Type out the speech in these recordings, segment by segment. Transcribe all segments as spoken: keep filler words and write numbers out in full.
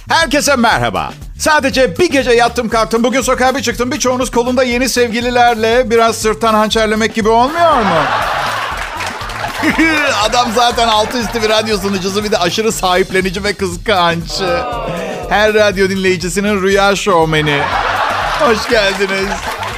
Herkese merhaba. Sadece bir gece yattım kalktım. Bugün sokağa bir çıktım. Birçoğunuz kolunda yeni sevgililerle biraz sırttan hançerlemek gibi olmuyor mu? Adam zaten altı üstü bir radyo sunucusu, bir de aşırı sahiplenici ve kıskanç. Her radyo dinleyicisinin rüya şovmeni. Hoş geldiniz.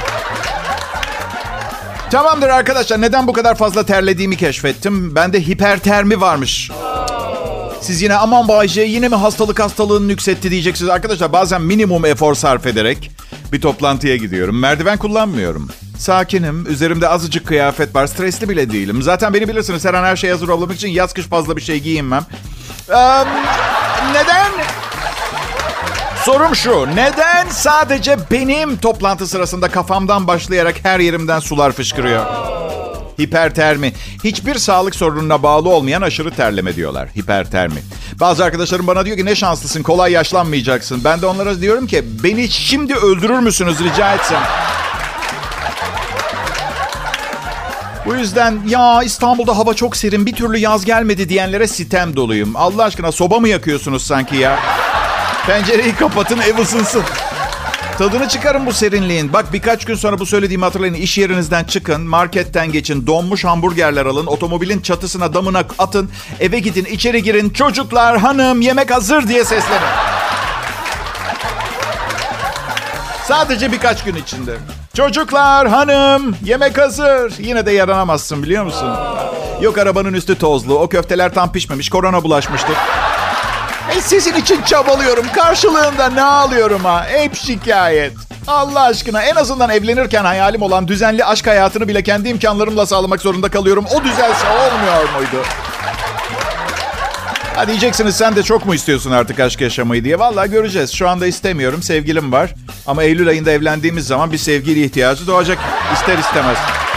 Tamamdır arkadaşlar, neden bu kadar fazla terlediğimi keşfettim. Bende hipertermi varmış. Siz yine aman Bayce yine mi hastalık hastalığını nüksetti diyeceksiniz. Arkadaşlar bazen minimum efor sarf ederek bir toplantıya gidiyorum. Merdiven kullanmıyorum. Sakinim, üzerimde azıcık kıyafet var, stresli bile değilim. Zaten beni bilirsiniz, her an her şeye hazır olmak için yaz kış fazla bir şey giyinmem. Ee, neden? Sorum şu, neden sadece benim toplantı sırasında kafamdan başlayarak her yerimden sular fışkırıyor? Hipertermi. Hiçbir sağlık sorununa bağlı olmayan aşırı terleme diyorlar. Hipertermi. Bazı arkadaşlarım bana diyor ki ne şanslısın, kolay yaşlanmayacaksın. Ben de onlara diyorum ki beni şimdi öldürür müsünüz rica etsem? Bu yüzden ya İstanbul'da hava çok serin, bir türlü yaz gelmedi diyenlere sitem doluyum. Allah aşkına soba mı yakıyorsunuz sanki ya? Pencereyi kapatın, ev ısınsın. Tadını çıkarın bu serinliğin. Bak birkaç gün sonra bu söylediğimi hatırlayın. İş yerinizden çıkın, marketten geçin, donmuş hamburgerler alın, otomobilin çatısına, damına atın, eve gidin, içeri girin. Çocuklar, hanım, yemek hazır diye seslenin. Sadece birkaç gün içinde. Çocuklar, hanım, yemek hazır. Yine de yaranamazsın biliyor musun? Yok arabanın üstü tozlu, o köfteler tam pişmemiş, korona bulaşmıştır. E sizin için çabalıyorum. Karşılığında ne alıyorum ha? Hep şikayet. Allah aşkına en azından evlenirken hayalim olan düzenli aşk hayatını bile kendi imkanlarımla sağlamak zorunda kalıyorum. O düzelse olmuyor muydu? Ha diyeceksiniz sen de çok mu istiyorsun artık aşk yaşamayı diye. Vallahi göreceğiz. Şu anda istemiyorum. Sevgilim var. Ama Eylül ayında evlendiğimiz zaman bir sevgili ihtiyacı doğacak. İster istemez.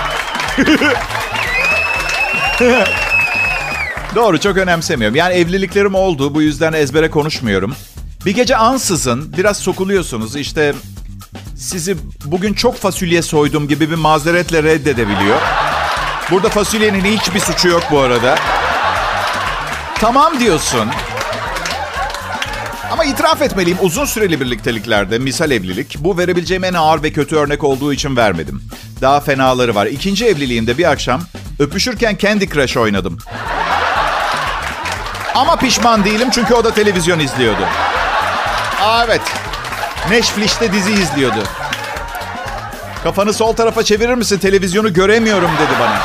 Doğru, çok önemsemiyorum. Yani evliliklerim oldu, bu yüzden ezbere konuşmuyorum. Bir gece ansızın biraz sokuluyorsunuz. İşte sizi bugün çok fasulye soydum gibi bir mazeretle reddedebiliyor. Burada fasulyenin hiçbir suçu yok bu arada. Tamam diyorsun. Ama itiraf etmeliyim, uzun süreli birlikteliklerde, misal evlilik, bu verebileceğim en ağır ve kötü örnek olduğu için vermedim. Daha fenaları var. İkinci evliliğimde bir akşam öpüşürken Candy Crush oynadım. Ama pişman değilim çünkü o da televizyon izliyordu. Aa, evet. Netflix'te dizi izliyordu. Kafanı sol tarafa çevirir misin? Televizyonu göremiyorum dedi bana.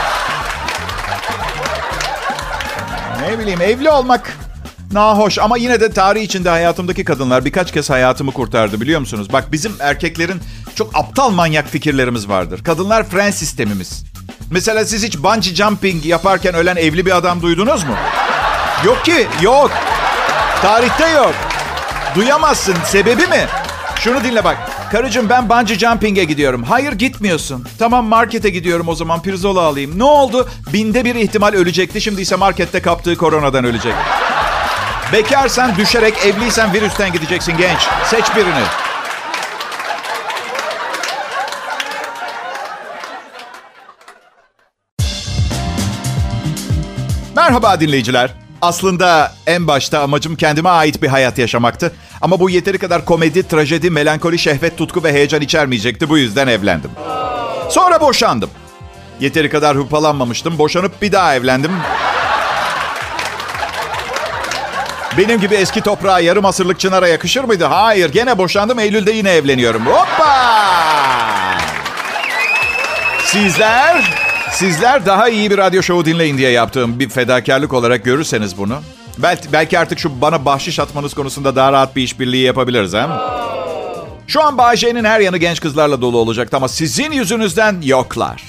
Ne bileyim, evli olmak nahoş ama yine de tarih içinde hayatımdaki kadınlar birkaç kez hayatımı kurtardı biliyor musunuz? Bak bizim erkeklerin çok aptal manyak fikirlerimiz vardır. Kadınlar fren sistemimiz. Mesela siz hiç bungee jumping yaparken ölen evli bir adam duydunuz mu? Yok ki, yok. Tarihte yok. Duyamazsın. Sebebi mi? Şunu dinle bak. Karıcığım ben bungee jumping'e gidiyorum. Hayır gitmiyorsun. Tamam markete gidiyorum o zaman pirzola alayım. Ne oldu? Binde bir ihtimal ölecekti. Şimdi ise markette kaptığı koronadan ölecek. Bekarsan düşerek, evliysen virüsten gideceksin genç. Seç birini. Merhaba dinleyiciler. Aslında en başta amacım kendime ait bir hayat yaşamaktı. Ama bu yeteri kadar komedi, trajedi, melankoli, şehvet, tutku ve heyecan içermeyecekti. Bu yüzden evlendim. Sonra boşandım. Yeteri kadar hırpalanmamıştım. Boşanıp bir daha evlendim. Benim gibi eski toprağa, yarım asırlık çınara yakışır mıydı? Hayır. Gene boşandım. Eylül'de yine evleniyorum. Hoppa! Sizler... Sizler daha iyi bir radyo şovu dinleyin diye yaptığım bir fedakarlık olarak görürseniz bunu. Belki, belki artık şu bana bahşiş atmanız konusunda daha rahat bir işbirliği yapabiliriz ha? Şu an Bayce'nin her yanı genç kızlarla dolu olacaktı ama sizin yüzünüzden yoklar.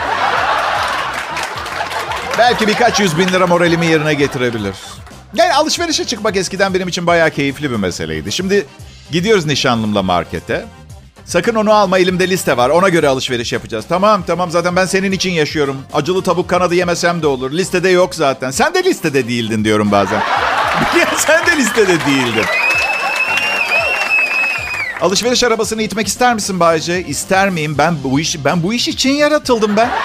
Belki birkaç yüz bin lira moralimi yerine getirebilir. Yani alışverişe çıkmak eskiden benim için bayağı keyifli bir meseleydi. Şimdi gidiyoruz nişanlımla markete. Sakın onu alma, elimde liste var. Ona göre alışveriş yapacağız. Tamam tamam zaten ben senin için yaşıyorum. Acılı tavuk kanadı yemesem de olur. Listede yok zaten. Sen de listede değildin diyorum bazen. Sen de listede değildin. Alışveriş arabasını itmek ister misin Bayce? İster miyim? Ben bu iş ben bu iş için yaratıldım ben.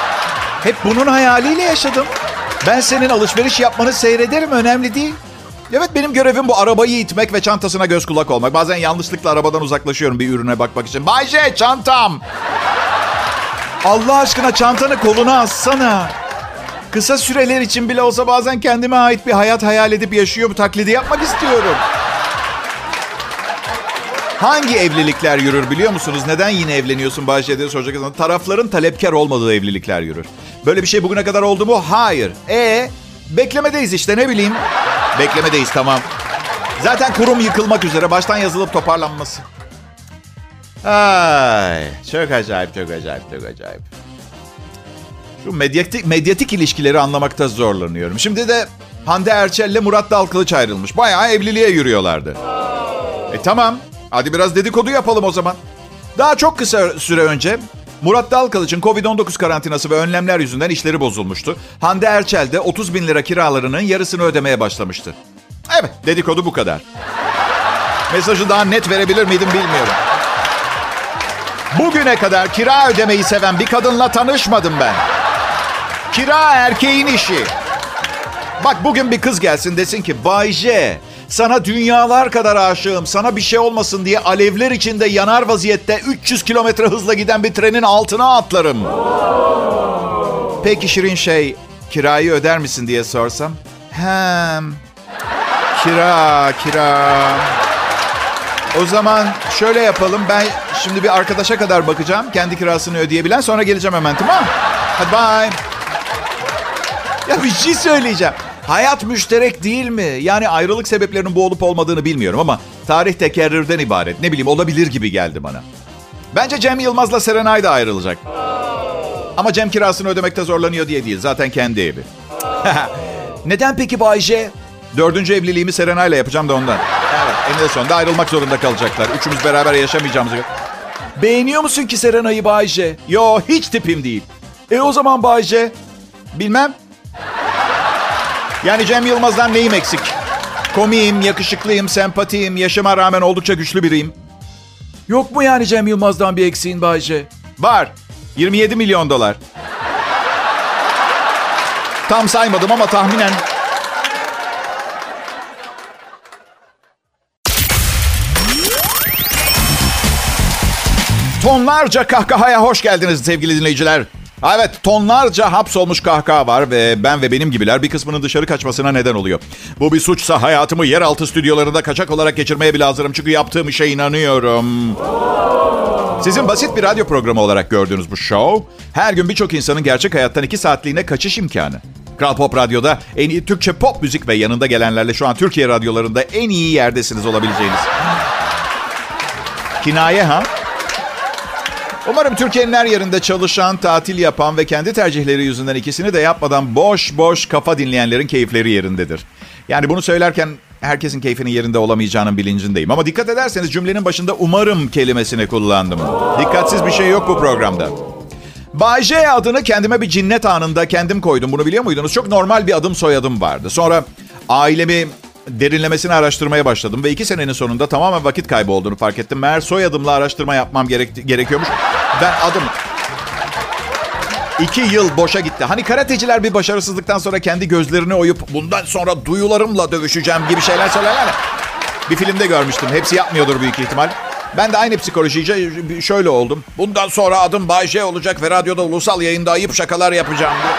Hep bunun hayaliyle yaşadım. Ben senin alışveriş yapmanı seyrederim, önemli değil. Evet, benim görevim bu, arabayı itmek ve çantasına göz kulak olmak. Bazen yanlışlıkla arabadan uzaklaşıyorum bir ürüne bakmak için. Bayce, çantam! Allah aşkına çantanı koluna assana. Kısa süreler için bile olsa bazen kendime ait bir hayat hayal edip yaşıyor, bu taklidi yapmak istiyorum. Hangi evlilikler yürür biliyor musunuz? Neden yine evleniyorsun Bayce diye soracak. Tarafların talepkar olmadığı evlilikler yürür. Böyle bir şey bugüne kadar oldu mu? Hayır. E beklemedeyiz işte, ne bileyim. Beklemedeyiz, tamam. Zaten kurum yıkılmak üzere, baştan yazılıp toparlanması. Ay, çok acayip, çok acayip, çok acayip. Şu medyatik, medyatik ilişkileri anlamakta zorlanıyorum. Şimdi de Hande Erçel'le Murat Dalkılıç ayrılmış. Bayağı evliliğe yürüyorlardı. E tamam, hadi biraz dedikodu yapalım o zaman. Daha çok kısa süre önce Murat Dalkılıç'ın covid on dokuz karantinası ve önlemler yüzünden işleri bozulmuştu. Hande Erçel de otuz bin lira kiralarının yarısını ödemeye başlamıştı. Evet, dedikodu bu kadar. Mesajı daha net verebilir miydim bilmiyorum. Bugüne kadar kira ödemeyi seven bir kadınla tanışmadım ben. Kira erkeğin işi. Bak, bugün bir kız gelsin desin ki Bay J, sana dünyalar kadar aşığım. Sana bir şey olmasın diye alevler içinde yanar vaziyette üç yüz kilometre hızla giden bir trenin altına atlarım. Peki şirin şey, kirayı öder misin diye sorsam. Hem kira, kira. O zaman şöyle yapalım. Ben şimdi bir arkadaşa kadar bakacağım. Kendi kirasını ödeyebilen, sonra geleceğim hemen, tamam mı? Hadi bye. Ya bir şey söyleyeceğim. Hayat müşterek değil mi? Yani ayrılık sebeplerinin bu olup olmadığını bilmiyorum ama tarih tekerrürden ibaret. Ne bileyim, olabilir gibi geldi bana. Bence Cem Yılmaz'la Serenay da ayrılacak. Ama Cem kirasını ödemekte zorlanıyor diye değil. Zaten kendi evi. Neden peki Bayce? Dördüncü evliliğimi Serenay'la yapacağım da ondan. Evet, eninde sonunda ayrılmak zorunda kalacaklar. Üçümüz beraber yaşamayacağımız. Beğeniyor musun ki Serenay'ı Bayce? Yo, hiç tipim değil. E o zaman Bayce? Bilmem. Yani Cem Yılmaz'dan neyim eksik? Komiyim, yakışıklıyım, sempatiyim, yaşıma rağmen oldukça güçlü biriyim. Yok mu yani Cem Yılmaz'dan bir eksiğin Bayce? Var. yirmi yedi milyon dolar. Tam saymadım ama tahminen. Tonlarca kahkahaya hoş geldiniz sevgili dinleyiciler. Evet, tonlarca hapsolmuş kahkaha var ve ben ve benim gibiler bir kısmının dışarı kaçmasına neden oluyor. Bu bir suçsa hayatımı yeraltı stüdyolarında kaçak olarak geçirmeye bile hazırım. Çünkü yaptığım işe inanıyorum. Sizin basit bir radyo programı olarak gördüğünüz bu show, her gün birçok insanın gerçek hayattan iki saatliğine kaçış imkanı. Kral Pop Radyo'da en iyi Türkçe pop müzik ve yanında gelenlerle şu an Türkiye radyolarında en iyi yerdesiniz olabileceğiniz. Kinaye ha? Umarım Türkiye'nin her yerinde çalışan, tatil yapan ve kendi tercihleri yüzünden ikisini de yapmadan boş boş kafa dinleyenlerin keyifleri yerindedir. Yani bunu söylerken herkesin keyfinin yerinde olamayacağının bilincindeyim. Ama dikkat ederseniz cümlenin başında umarım kelimesini kullandım. Dikkatsiz bir şey yok bu programda. Bay J adını kendime bir cinnet anında kendim koydum. Bunu biliyor muydunuz? Çok normal bir adım soyadım vardı. Sonra ailemi derinlemesine araştırmaya başladım. Ve iki senenin sonunda tamamen vakit kaybı olduğunu fark ettim. Meğer soyadımla araştırma yapmam gerek- gerekiyormuş. Ben adım... İki yıl boşa gitti. Hani karateciler bir başarısızlıktan sonra kendi gözlerini oyup bundan sonra duyularımla dövüşeceğim gibi şeyler söylerler ya. Bir filmde görmüştüm. Hepsi yapmıyordur büyük ihtimal. Ben de aynı psikolojiyle şöyle oldum. Bundan sonra adım Bay J olacak ve radyoda ulusal yayında ayıp şakalar yapacağım diye.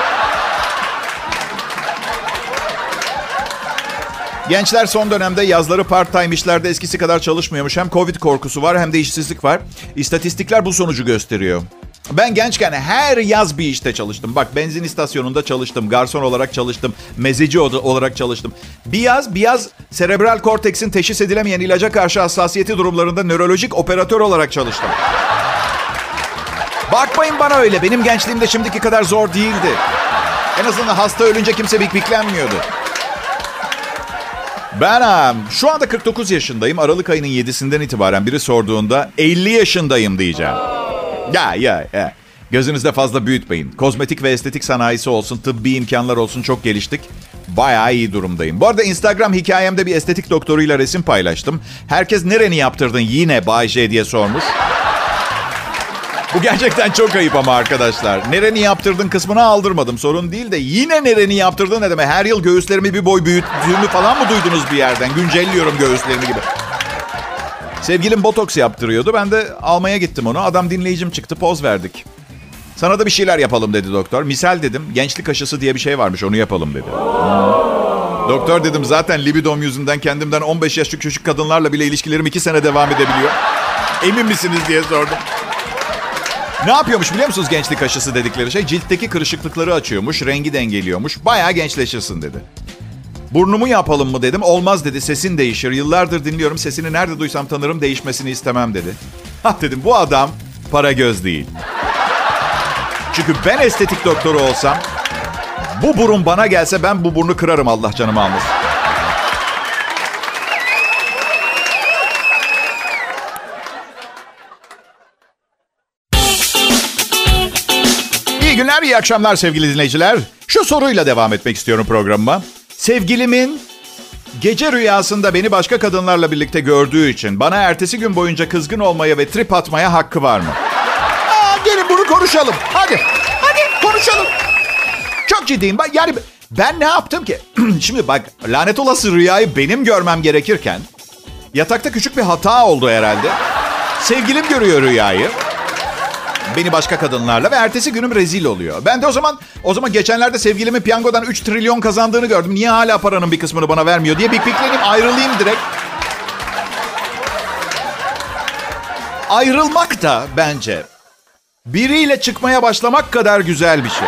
Gençler son dönemde yazları part-time işlerde eskisi kadar çalışmıyormuş. Hem Covid korkusu var hem de işsizlik var. İstatistikler bu sonucu gösteriyor. Ben gençken her yaz bir işte çalıştım. Bak, benzin istasyonunda çalıştım. Garson olarak çalıştım. Mezeci olarak çalıştım. Bir yaz, bir yaz serebral korteksin teşhis edilemeyen ilaca karşı hassasiyeti durumlarında nörolojik operatör olarak çalıştım. Bakmayın bana öyle. Benim gençliğimde şimdiki kadar zor değildi. En azından hasta ölünce kimse bikbiklenmiyordu. Ben şu anda kırk dokuz yaşındayım. Aralık ayının yedisinden itibaren biri sorduğunda elli yaşındayım diyeceğim. Ya ya ya. Gözünüzde fazla büyütmeyin. Kozmetik ve estetik sanayisi olsun, tıbbi imkanlar olsun çok geliştik. Bayağı iyi durumdayım. Bu arada Instagram hikayemde bir estetik doktoruyla resim paylaştım. Herkes nereni yaptırdın yine Bay J diye sormuş. Bu gerçekten çok ayıp ama arkadaşlar. Nereni yaptırdın kısmını aldırmadım. Sorun değil de yine nereni yaptırdın ne demek? Her yıl göğüslerimi bir boy büyüttüğümü falan mı duydunuz bir yerden? Güncelliyorum göğüslerimi gibi. Sevgilim botoks yaptırıyordu. Ben de almaya gittim onu. Adam dinleyicim çıktı, poz verdik. Sana da bir şeyler yapalım dedi doktor. Misal dedim, gençlik aşısı diye bir şey varmış, onu yapalım dedi. Hmm. Doktor dedim, zaten libidom yüzünden kendimden on beş yaşlı küçük kadınlarla bile ilişkilerim iki sene devam edebiliyor. Emin misiniz diye sordum. Ne yapıyormuş biliyor musunuz gençlik aşısı dedikleri şey? Ciltteki kırışıklıkları açıyormuş, rengi dengeliyormuş. Bayağı gençleşirsin dedi. Burnumu yapalım mı dedim. Olmaz dedi, sesin değişir. Yıllardır dinliyorum, sesini nerede duysam tanırım, değişmesini istemem dedi. Ha dedim, bu adam para göz değil. Çünkü ben estetik doktoru olsam, bu burun bana gelse ben bu burnu kırarım, Allah canımı almasın. İyi günler, iyi akşamlar sevgili dinleyiciler. Şu soruyla devam etmek istiyorum programıma. Sevgilimin gece rüyasında beni başka kadınlarla birlikte gördüğü için bana ertesi gün boyunca kızgın olmaya ve trip atmaya hakkı var mı? Aa, gelin bunu konuşalım. Hadi, hadi konuşalım. Çok ciddiyim. Yani ben ne yaptım ki? Şimdi bak, lanet olası rüyayı benim görmem gerekirken yatakta küçük bir hata oldu herhalde. Sevgilim görüyor rüyayı. Beni başka kadınlarla ve ertesi günüm rezil oluyor. Ben de o zaman o zaman geçenlerde sevgilimin piyangodan üç trilyon kazandığını gördüm. Niye hala paranın bir kısmını bana vermiyor diye bir piklenip ayrılayım direkt. Ayrılmak da bence biriyle çıkmaya başlamak kadar güzel bir şey.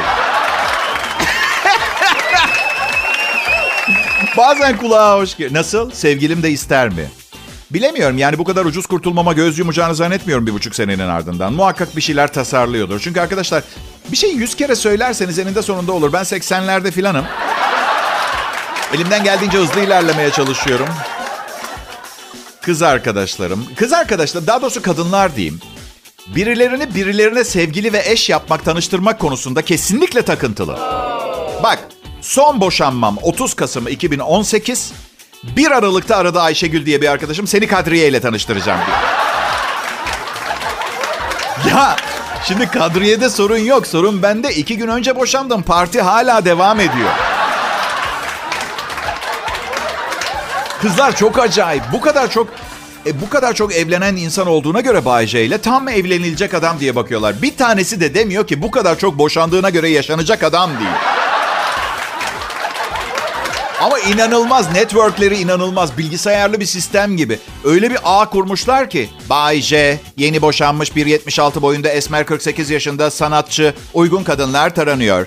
Bazen kulağa hoş geliyor. Nasıl? Sevgilim de ister mi? Bilemiyorum, yani bu kadar ucuz kurtulmama göz yumacağını zannetmiyorum bir buçuk senenin ardından. Muhakkak bir şeyler tasarlıyordur. Çünkü arkadaşlar, bir şeyi yüz kere söylerseniz eninde sonunda olur. Ben seksenlerde filanım. Elimden geldiğince hızlı ilerlemeye çalışıyorum. Kız arkadaşlarım, kız arkadaşlar, daha doğrusu kadınlar diyeyim. Birilerini birilerine sevgili ve eş yapmak, tanıştırmak konusunda kesinlikle takıntılı. Bak, son boşanmam otuz Kasım iki bin on sekiz. bir Aralık'ta aradı Ayşegül diye bir arkadaşım. Seni Kadriye ile tanıştıracağım diyor. Ya şimdi Kadriye'de sorun yok. Sorun bende. İki gün önce boşandım. Parti hala devam ediyor. Kızlar çok acayip. Bu kadar çok e, bu kadar çok evlenen insan olduğuna göre Bay J ile tam evlenilecek adam diye bakıyorlar. Bir tanesi de demiyor ki bu kadar çok boşandığına göre yaşanacak adam değil. Ama inanılmaz, networkleri inanılmaz. Bilgisayarlı bir sistem gibi. Öyle bir ağ kurmuşlar ki. Bay J, yeni boşanmış, bir yetmiş altı boyunda, esmer, kırk sekiz yaşında, sanatçı, uygun kadınlar taranıyor.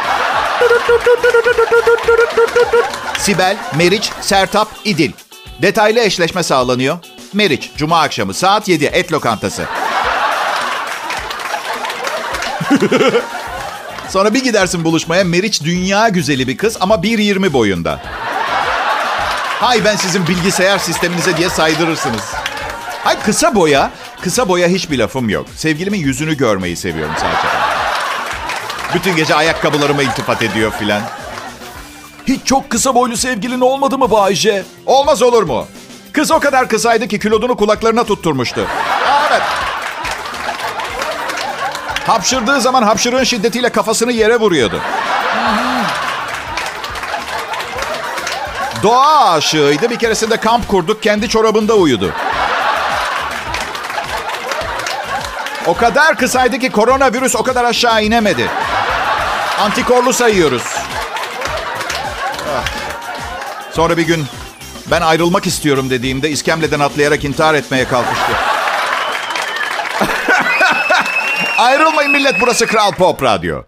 Sibel, Meriç, Sertap, İdil. Detaylı eşleşme sağlanıyor. Meriç, Cuma akşamı saat yedi, et lokantası. Sonra bir gidersin buluşmaya, Meriç dünya güzeli bir kız ama bir yirmi boyunda. Hay ben sizin bilgisayar sisteminize diye saydırırsınız. Hay kısa boya, kısa boya hiçbir lafım yok. Sevgilimin yüzünü görmeyi seviyorum sadece. Bütün gece ayakkabılarıma iltifat ediyor filan. Hiç çok kısa boylu sevgilin olmadı mı Bayce? Olmaz olur mu? Kız o kadar kısaydı ki kilodunu kulaklarına tutturmuştu. Evet. Hapşırdığı zaman hapşırığın şiddetiyle kafasını yere vuruyordu. Doğa aşığıydı. Bir keresinde kamp kurduk. Kendi çorabında uyudu. O kadar kısaydı ki koronavirüs o kadar aşağı inemedi. Antikorlu sayıyoruz. Sonra bir gün ben ayrılmak istiyorum dediğimde iskemleden atlayarak intihar etmeye kalkıştı. Ayrılmayın millet, burası Kral Pop Radyo.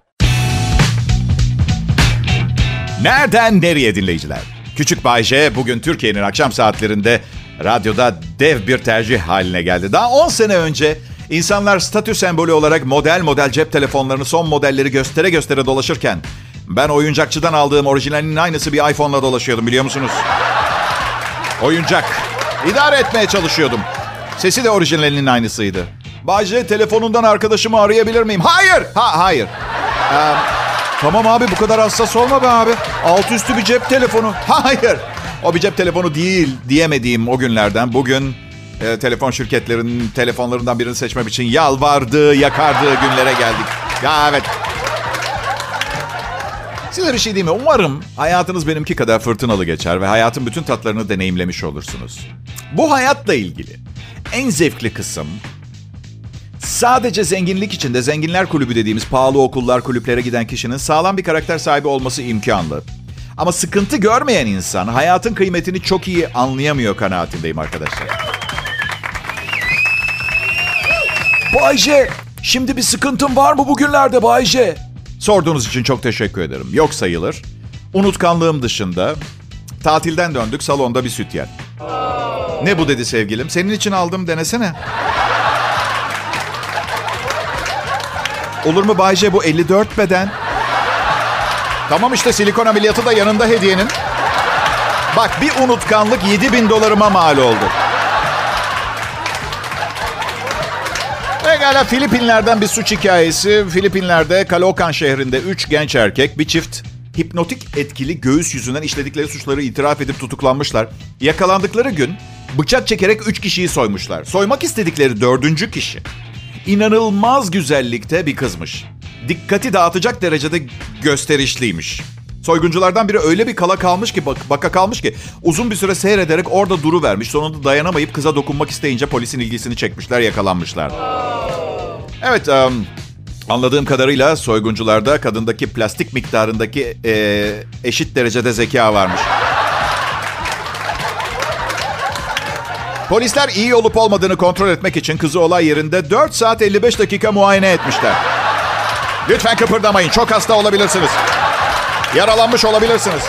Nereden nereye dinleyiciler? Küçük Bay J bugün Türkiye'nin akşam saatlerinde radyoda dev bir tercih haline geldi. Daha on sene önce insanlar statü sembolü olarak model model cep telefonlarını, son modelleri göstere göstere dolaşırken ben oyuncakçıdan aldığım orijinalinin aynısı bir iPhone'la dolaşıyordum, biliyor musunuz? Oyuncak. İdare etmeye çalışıyordum. Sesi de orijinalinin aynısıydı. Bay J, telefonundan arkadaşımı arayabilir miyim? Hayır. Ha, hayır. Ee, tamam abi, bu kadar hassas olma be abi. Alt üstü bir cep telefonu. Hayır. O bir cep telefonu değil diyemediğim o günlerden bugün e, telefon şirketlerinin telefonlarından birini seçmem için yalvardığı, yakardığı günlere geldik. Ya evet. Size bir şey diyeyim mi? Umarım hayatınız benimki kadar fırtınalı geçer ve hayatın bütün tatlarını deneyimlemiş olursunuz. Bu hayatla ilgili en zevkli kısım, sadece zenginlik içinde zenginler kulübü dediğimiz pahalı okullar, kulüplere giden kişinin sağlam bir karakter sahibi olması imkanlı. Ama sıkıntı görmeyen insan hayatın kıymetini çok iyi anlayamıyor kanaatindeyim arkadaşlar. Bayce, şimdi bir sıkıntın var mı bugünlerde Bayce? Sorduğunuz için çok teşekkür ederim. Yok sayılır. Unutkanlığım dışında tatilden döndük, salonda bir süt yer. Ne bu dedi sevgilim? Senin için aldım, denesene. Olur mu Bayce, bu elli dört beden. Tamam işte, silikon ameliyatı da yanında hediyenin. Bak, bir unutkanlık yedi bin dolarıma mal oldu. Pekala, Filipinler'den bir suç hikayesi. Filipinler'de Caloocan şehrinde üç genç erkek, bir çift hipnotik etkili göğüs yüzünden işledikleri suçları itiraf edip tutuklanmışlar. Yakalandıkları gün bıçak çekerek üç kişiyi soymuşlar. Soymak istedikleri dördüncü kişi inanılmaz güzellikte bir kızmış. Dikkati dağıtacak derecede gösterişliymiş. Soygunculardan biri öyle bir kala kalmış ki, bak, baka kalmış ki uzun bir süre seyrederek orada duruvermiş. Sonunda dayanamayıp kıza dokunmak isteyince polisin ilgisini çekmişler, yakalanmışlar. Evet, um, anladığım kadarıyla soyguncularda kadındaki plastik miktarındaki e, eşit derecede zeka varmış. Polisler iyi olup olmadığını kontrol etmek için kızı olay yerinde dört saat elli beş dakika muayene etmişler. Lütfen kıpırdamayın, çok hasta olabilirsiniz. Yaralanmış olabilirsiniz.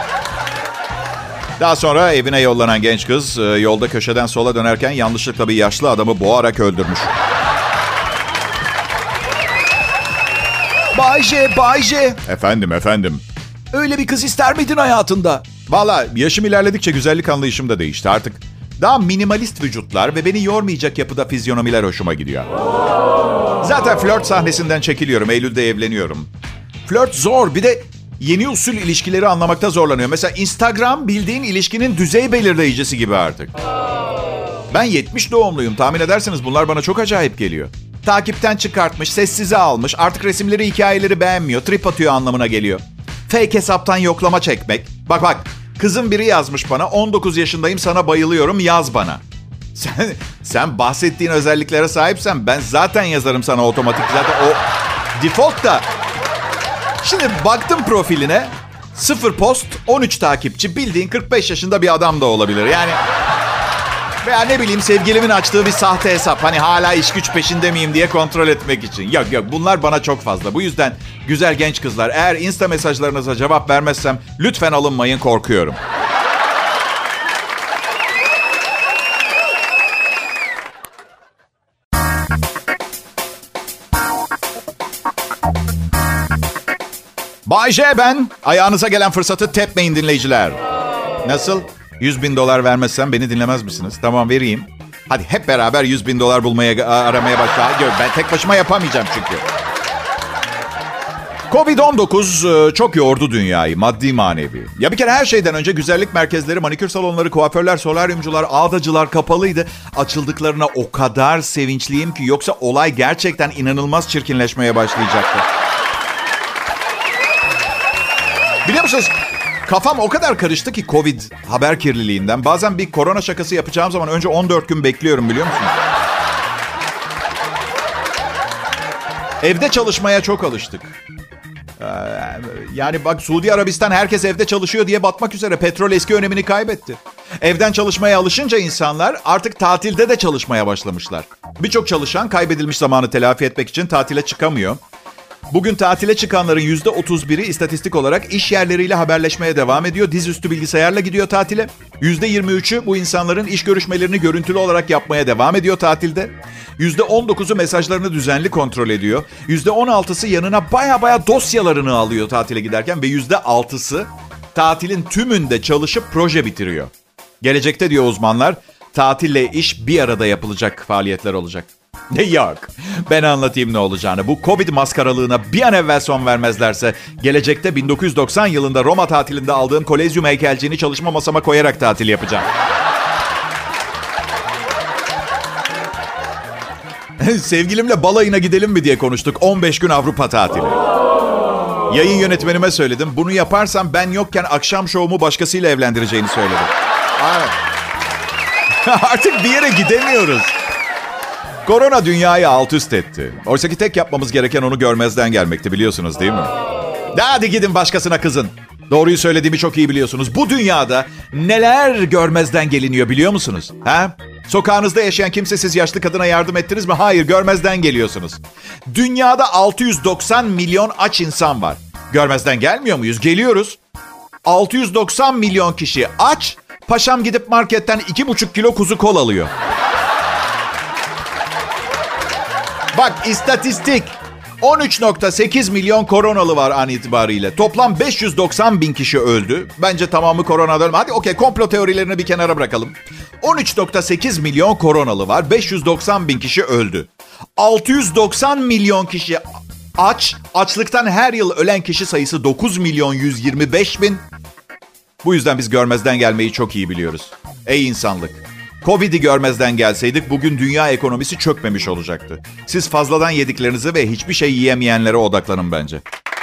Daha sonra evine yollanan genç kız yolda köşeden sola dönerken yanlışlıkla bir yaşlı adamı boğarak öldürmüş. Bayce, Bayce. Efendim, efendim. Öyle bir kız ister miydin hayatında? Valla yaşım ilerledikçe güzellik anlayışım da değişti artık. Daha minimalist vücutlar ve beni yormayacak yapıda fizyonomiler hoşuma gidiyor. Zaten flört sahnesinden çekiliyorum. Eylül'de evleniyorum. Flört zor. Bir de yeni usul ilişkileri anlamakta zorlanıyor. Mesela Instagram bildiğin ilişkinin düzey belirleyicisi gibi artık. Ben yetmiş doğumluyum. Tahmin edersiniz bunlar bana çok acayip geliyor. Takipten çıkartmış, sessize almış, artık resimleri, hikayeleri beğenmiyor, trip atıyor anlamına geliyor. Fake hesaptan yoklama çekmek. Bak bak, kızım biri yazmış bana, on dokuz yaşındayım, sana bayılıyorum, yaz bana. Sen, sen bahsettiğin özelliklere sahipsen ben zaten yazarım sana otomatik. Zaten o default da. Şimdi baktım profiline, sıfır post, on üç takipçi, bildiğin kırk beş yaşında bir adam da olabilir. Yani veya ne bileyim sevgilimin açtığı bir sahte hesap. Hani hala iş güç peşinde miyim diye kontrol etmek için. Yok yok, bunlar bana çok fazla. Bu yüzden güzel genç kızlar, eğer Insta mesajlarınıza cevap vermezsem lütfen alınmayın, korkuyorum. Bay J ben. Ayağınıza gelen fırsatı tepmeyin dinleyiciler. Nasıl? yüz bin dolar vermezsem beni dinlemez misiniz? Tamam, vereyim. Hadi hep beraber yüz bin dolar bulmaya, aramaya başla. Ben tek başıma yapamayacağım çünkü. covid on dokuz çok yordu dünyayı, maddi manevi. Ya bir kere her şeyden önce güzellik merkezleri, manikür salonları, kuaförler, solaryumcular, ağdacılar kapalıydı. Açıldıklarına o kadar sevinçliyim ki, yoksa olay gerçekten inanılmaz çirkinleşmeye başlayacaktı. Biliyor musunuz? Kafam o kadar karıştı ki Covid haber kirliliğinden. Bazen bir korona şakası yapacağım zaman önce on dört gün bekliyorum, biliyor musunuz? Evde çalışmaya çok alıştık. Ee, yani bak, Suudi Arabistan herkes evde çalışıyor diye batmak üzere. Petrol eski önemini kaybetti. Evden çalışmaya alışınca insanlar artık tatilde de çalışmaya başlamışlar. Birçok çalışan kaybedilmiş zamanı telafi etmek için tatile çıkamıyor. Bugün tatile çıkanların yüzde otuz biri istatistik olarak iş yerleriyle haberleşmeye devam ediyor. Dizüstü bilgisayarla gidiyor tatile. yüzde yirmi üçü bu insanların iş görüşmelerini görüntülü olarak yapmaya devam ediyor tatilde. yüzde on dokuzu mesajlarını düzenli kontrol ediyor. yüzde on altısı yanına baya baya dosyalarını alıyor tatile giderken. Ve yüzde altısı tatilin tümünde çalışıp proje bitiriyor. Gelecekte diyor uzmanlar, tatille iş bir arada yapılacak faaliyetler olacak. Ne yok. Ben anlatayım ne olacağını. Bu Covid maskaralığına bir an evvel son vermezlerse gelecekte bin dokuz yüz doksan yılında Roma tatilinde aldığım Kolezyum heykelciğini çalışma masama koyarak tatil yapacağım. Sevgilimle balayına gidelim mi diye konuştuk. on beş gün Avrupa tatili. Yayın yönetmenime söyledim. Bunu yaparsam ben yokken akşam şovumu başkasıyla evlendireceğini söyledim. Evet. Artık bir yere gidemiyoruz. Korona dünyayı alt üst etti. Oysa ki tek yapmamız gereken onu görmezden gelmekti, biliyorsunuz değil mi? Hadi gidin başkasına kızın. Doğruyu söylediğimi çok iyi biliyorsunuz. Bu dünyada neler görmezden geliniyor biliyor musunuz? Ha? Sokağınızda yaşayan kimsesiz yaşlı kadına yardım ettiniz mi? Hayır, görmezden geliyorsunuz. Dünyada altı yüz doksan milyon aç insan var. Görmezden gelmiyor muyuz? Geliyoruz. altı yüz doksan milyon kişi aç. Paşam gidip marketten iki buçuk kilo kuzu kol alıyor. Bak istatistik. on üç virgül sekiz milyon koronalı var an itibariyle. Toplam beş yüz doksan bin kişi öldü. Bence tamamı koronadan. Hadi okey, komplo teorilerini bir kenara bırakalım. on üç virgül sekiz milyon koronalı var. beş yüz doksan bin kişi öldü. altı yüz doksan milyon kişi aç. Açlıktan her yıl ölen kişi sayısı dokuz milyon yüz yirmi beş bin. Bu yüzden biz görmezden gelmeyi çok iyi biliyoruz. Ey insanlık! Covid'i görmezden gelseydik bugün dünya ekonomisi çökmemiş olacaktı. Siz fazladan yediklerinize ve hiçbir şey yiyemeyenlere odaklanın bence.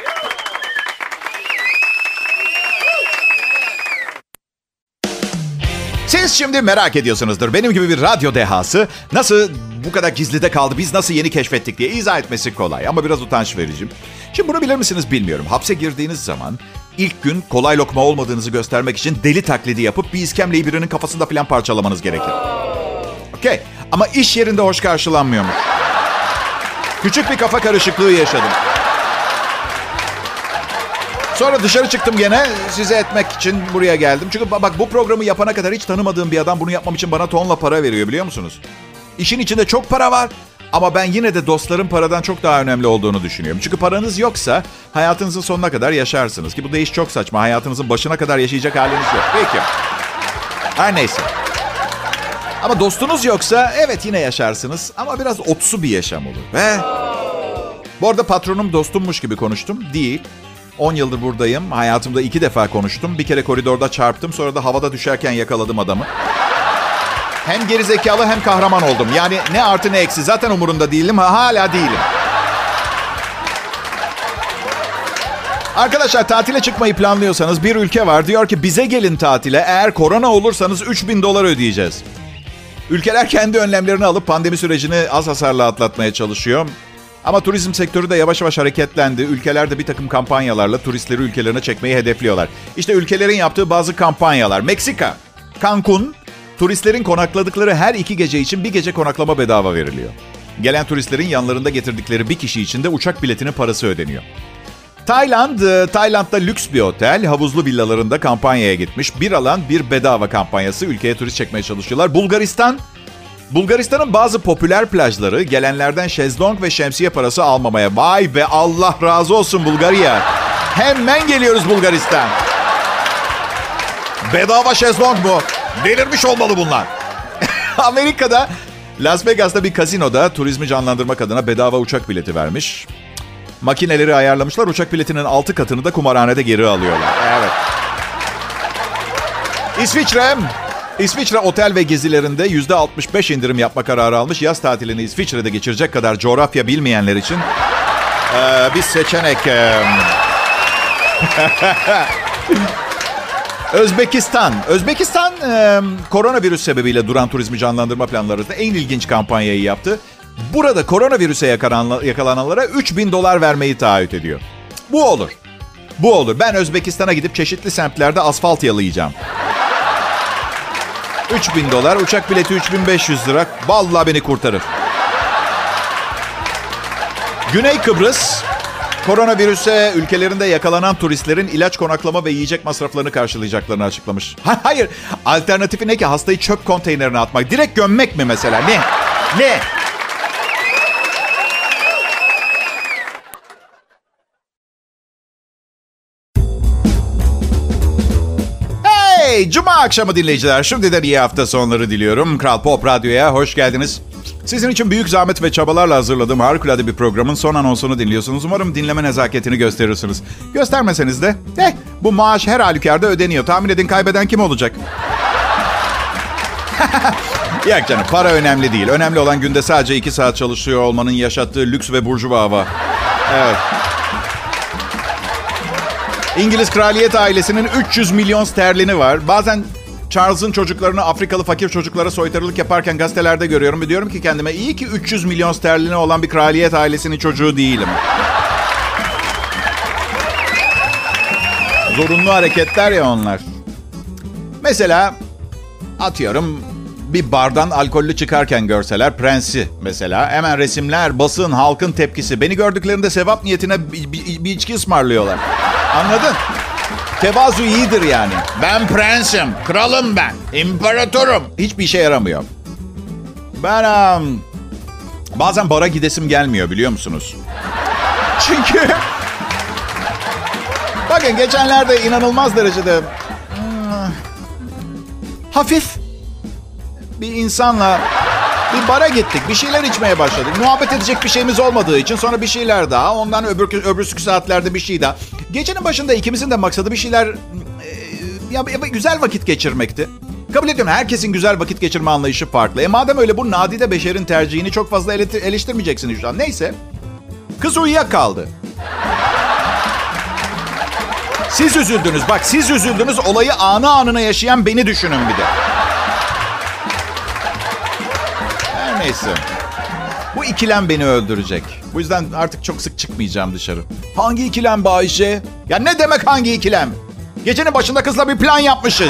Siz şimdi merak ediyorsunuzdur. Benim gibi bir radyo dehası nasıl bu kadar gizlide kaldı, biz nasıl yeni keşfettik diye izah etmesi kolay ama biraz utanç verici. Şimdi bunu bilir misiniz bilmiyorum. Hapse girdiğiniz zaman ilk gün kolay lokma olmadığınızı göstermek için deli taklidi yapıp bir iskemleyi birinin kafasında falan parçalamanız gerekir. Okey, ama iş yerinde hoş karşılanmıyormuş. Küçük bir kafa karışıklığı yaşadım. Sonra dışarı çıktım gene, size etmek için buraya geldim. Çünkü bak, bu programı yapana kadar hiç tanımadığım bir adam bunu yapmam için bana tonla para veriyor, biliyor musunuz? İşin içinde çok para var ama ben yine de dostların paradan çok daha önemli olduğunu düşünüyorum. Çünkü paranız yoksa hayatınızın sonuna kadar yaşarsınız. Ki bu da iş çok saçma. Hayatınızın başına kadar yaşayacak haliniz yok. Peki. Her neyse. Ama dostunuz yoksa evet yine yaşarsınız ama biraz otsu bir yaşam olur. Ve bu arada patronum dostummuş gibi konuştum. Değil. on yıldır buradayım. Hayatımda iki defa konuştum. Bir kere koridorda çarptım. Sonra da havada düşerken yakaladım adamı. Hem gerizekalı hem kahraman oldum. Yani ne artı ne eksi. Zaten umurunda değilim. Hala değilim. Arkadaşlar, tatile çıkmayı planlıyorsanız bir ülke var. Diyor ki bize gelin tatile. Eğer korona olursanız üç bin dolar ödeyeceğiz. Ülkeler kendi önlemlerini alıp pandemi sürecini az hasarla atlatmaya çalışıyor. Ama turizm sektörü de yavaş yavaş hareketlendi. Ülkeler de bir takım kampanyalarla turistleri ülkelerine çekmeyi hedefliyorlar. İşte ülkelerin yaptığı bazı kampanyalar. Meksika, Cancun, turistlerin konakladıkları her iki gece için bir gece konaklama bedava veriliyor. Gelen turistlerin yanlarında getirdikleri bir kişi için de uçak biletinin parası ödeniyor. Tayland, Tayland'da lüks bir otel, havuzlu villalarında kampanyaya gitmiş. Bir alan bir bedava kampanyası, ülkeye turist çekmeye çalışıyorlar. Bulgaristan, Bulgaristan'ın bazı popüler plajları gelenlerden şezlong ve şemsiye parası almamaya. Vay be, Allah razı olsun Bulgarya. Hemen geliyoruz Bulgaristan. Bedava şezlong mu? Delirmiş olmalı bunlar. Amerika'da Las Vegas'ta bir kasinoda turizmi canlandırmak adına bedava uçak bileti vermiş. Makineleri ayarlamışlar. Uçak biletinin altı katını da kumarhanede geri alıyorlar. Evet. İsviçre. İsviçre otel ve gezilerinde yüzde altmış beş indirim yapma kararı almış. Yaz tatilini İsviçre'de geçirecek kadar coğrafya bilmeyenler için ee, bir seçenek. Ee... Özbekistan. Özbekistan e, koronavirüs sebebiyle duran turizmi canlandırma planlarında en ilginç kampanyayı yaptı. Burada koronavirüse yakalananlara üç bin dolar vermeyi taahhüt ediyor. Bu olur. Bu olur. Ben Özbekistan'a gidip çeşitli semtlerde asfalt yalayacağım. üç bin dolar, uçak bileti üç bin beş yüz lira. Vallahi beni kurtarır. Güney Kıbrıs, koronavirüse ülkelerinde yakalanan turistlerin ilaç, konaklama ve yiyecek masraflarını karşılayacaklarını açıklamış. Hayır, alternatifi ne ki? Hastayı çöp konteynerine atmak. Direkt gömmek mi mesela? Ne? Ne? Hey, Cuma akşamı dinleyiciler. Şimdiden iyi hafta sonları diliyorum. Kral Pop Radyo'ya hoş geldiniz. Sizin için büyük zahmet ve çabalarla hazırladığım harikulade bir programın son anonsunu dinliyorsunuz. Umarım dinleme nezaketini gösterirsiniz. Göstermeseniz de eh, bu maaş her halükarda ödeniyor. Tahmin edin kaybeden kim olacak? Yok canım, para önemli değil. Önemli olan günde sadece iki saat çalışıyor olmanın yaşattığı lüks ve burjuva hava. Evet. İngiliz kraliyet ailesinin üç yüz milyon sterlini var. Bazen Charles'ın çocuklarını Afrikalı fakir çocuklara soytarılık yaparken gazetelerde görüyorum ve diyorum ki kendime, iyi ki üç yüz milyon sterlini olan bir kraliyet ailesinin çocuğu değilim. Zorunlu hareketler ya onlar. Mesela atıyorum bir bardan alkollü çıkarken görseler, prensi mesela, hemen resimler, basın, halkın tepkisi. Beni gördüklerinde sevap niyetine bir, bir, bir içki ısmarlıyorlar. Anladın? Tevazu iyidir yani. Ben prensim, kralım ben, imparatorum. Hiçbir işe yaramıyor. Ben um, bazen bara gidesim gelmiyor, biliyor musunuz? Çünkü bakın geçenlerde inanılmaz derecede hmm, hafif bir insanla bir bara gittik. Bir şeyler içmeye başladık. Muhabbet edecek bir şeyimiz olmadığı için sonra bir şeyler daha. Ondan öbür, öbürsü saatlerde bir şey daha. Gecenin başında ikimizin de maksadı bir şeyler... E, ya, ya güzel vakit geçirmekti. Kabul ediyorum, herkesin güzel vakit geçirme anlayışı farklı. E madem öyle, bu nadide beşerin tercihini çok fazla ele, eleştirmeyeceksiniz şu an. Neyse. Kız uyuyakaldı. Siz üzüldünüz. Bak siz üzüldünüz. Olayı anı anına yaşayan beni düşünün bir de. Her neyse. Bu ikilem beni öldürecek. Bu yüzden artık çok sık çıkmayacağım dışarı. Hangi ikilem be Ayşe? Ya ne demek hangi ikilem? Gecenin başında kızla bir plan yapmışız.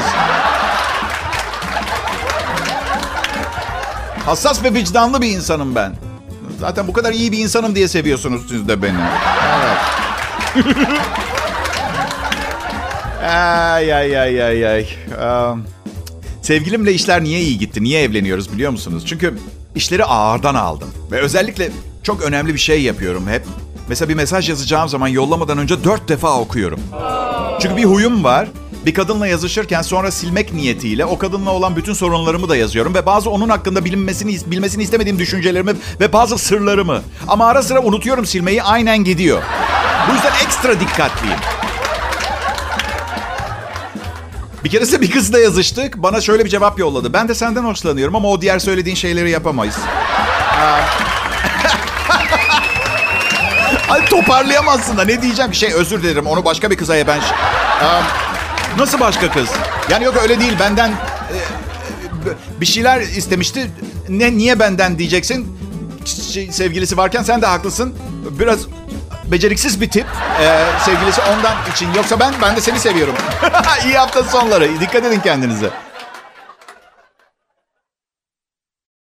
Hassas ve vicdanlı bir insanım ben. Zaten bu kadar iyi bir insanım diye seviyorsunuz siz de beni. Evet. Ay ay ay ay ay. Um, sevgilimle işler niye iyi gitti? Niye evleniyoruz biliyor musunuz? Çünkü işleri ağırdan aldım. Ve özellikle çok önemli bir şey yapıyorum hep. Mesela bir mesaj yazacağım zaman yollamadan önce dört defa okuyorum. Çünkü bir huyum var. Bir kadınla yazışırken sonra silmek niyetiyle o kadınla olan bütün sorunlarımı da yazıyorum. Ve bazı onun hakkında bilinmesini, bilmesini istemediğim düşüncelerimi ve bazı sırlarımı. Ama ara sıra unutuyorum silmeyi, aynen gidiyor. Bu yüzden ekstra dikkatliyim. Bir keresinde bir kızla yazıştık. Bana şöyle bir cevap yolladı. Ben de senden hoşlanıyorum ama o diğer söylediğin şeyleri yapamayız. Ay toparlayamazsın da ne diyeceğim? Şey, özür dilerim, onu başka bir kıza ben... Nasıl başka kız? Yani yok öyle değil, benden e, bir şeyler istemişti. Ne, niye benden diyeceksin? Sevgilisi varken sen de haklısın. Biraz beceriksiz bir tip. Ee, sevgilisi ondan için. Yoksa ben ben de seni seviyorum. İyi hafta sonları. Dikkat edin kendinize.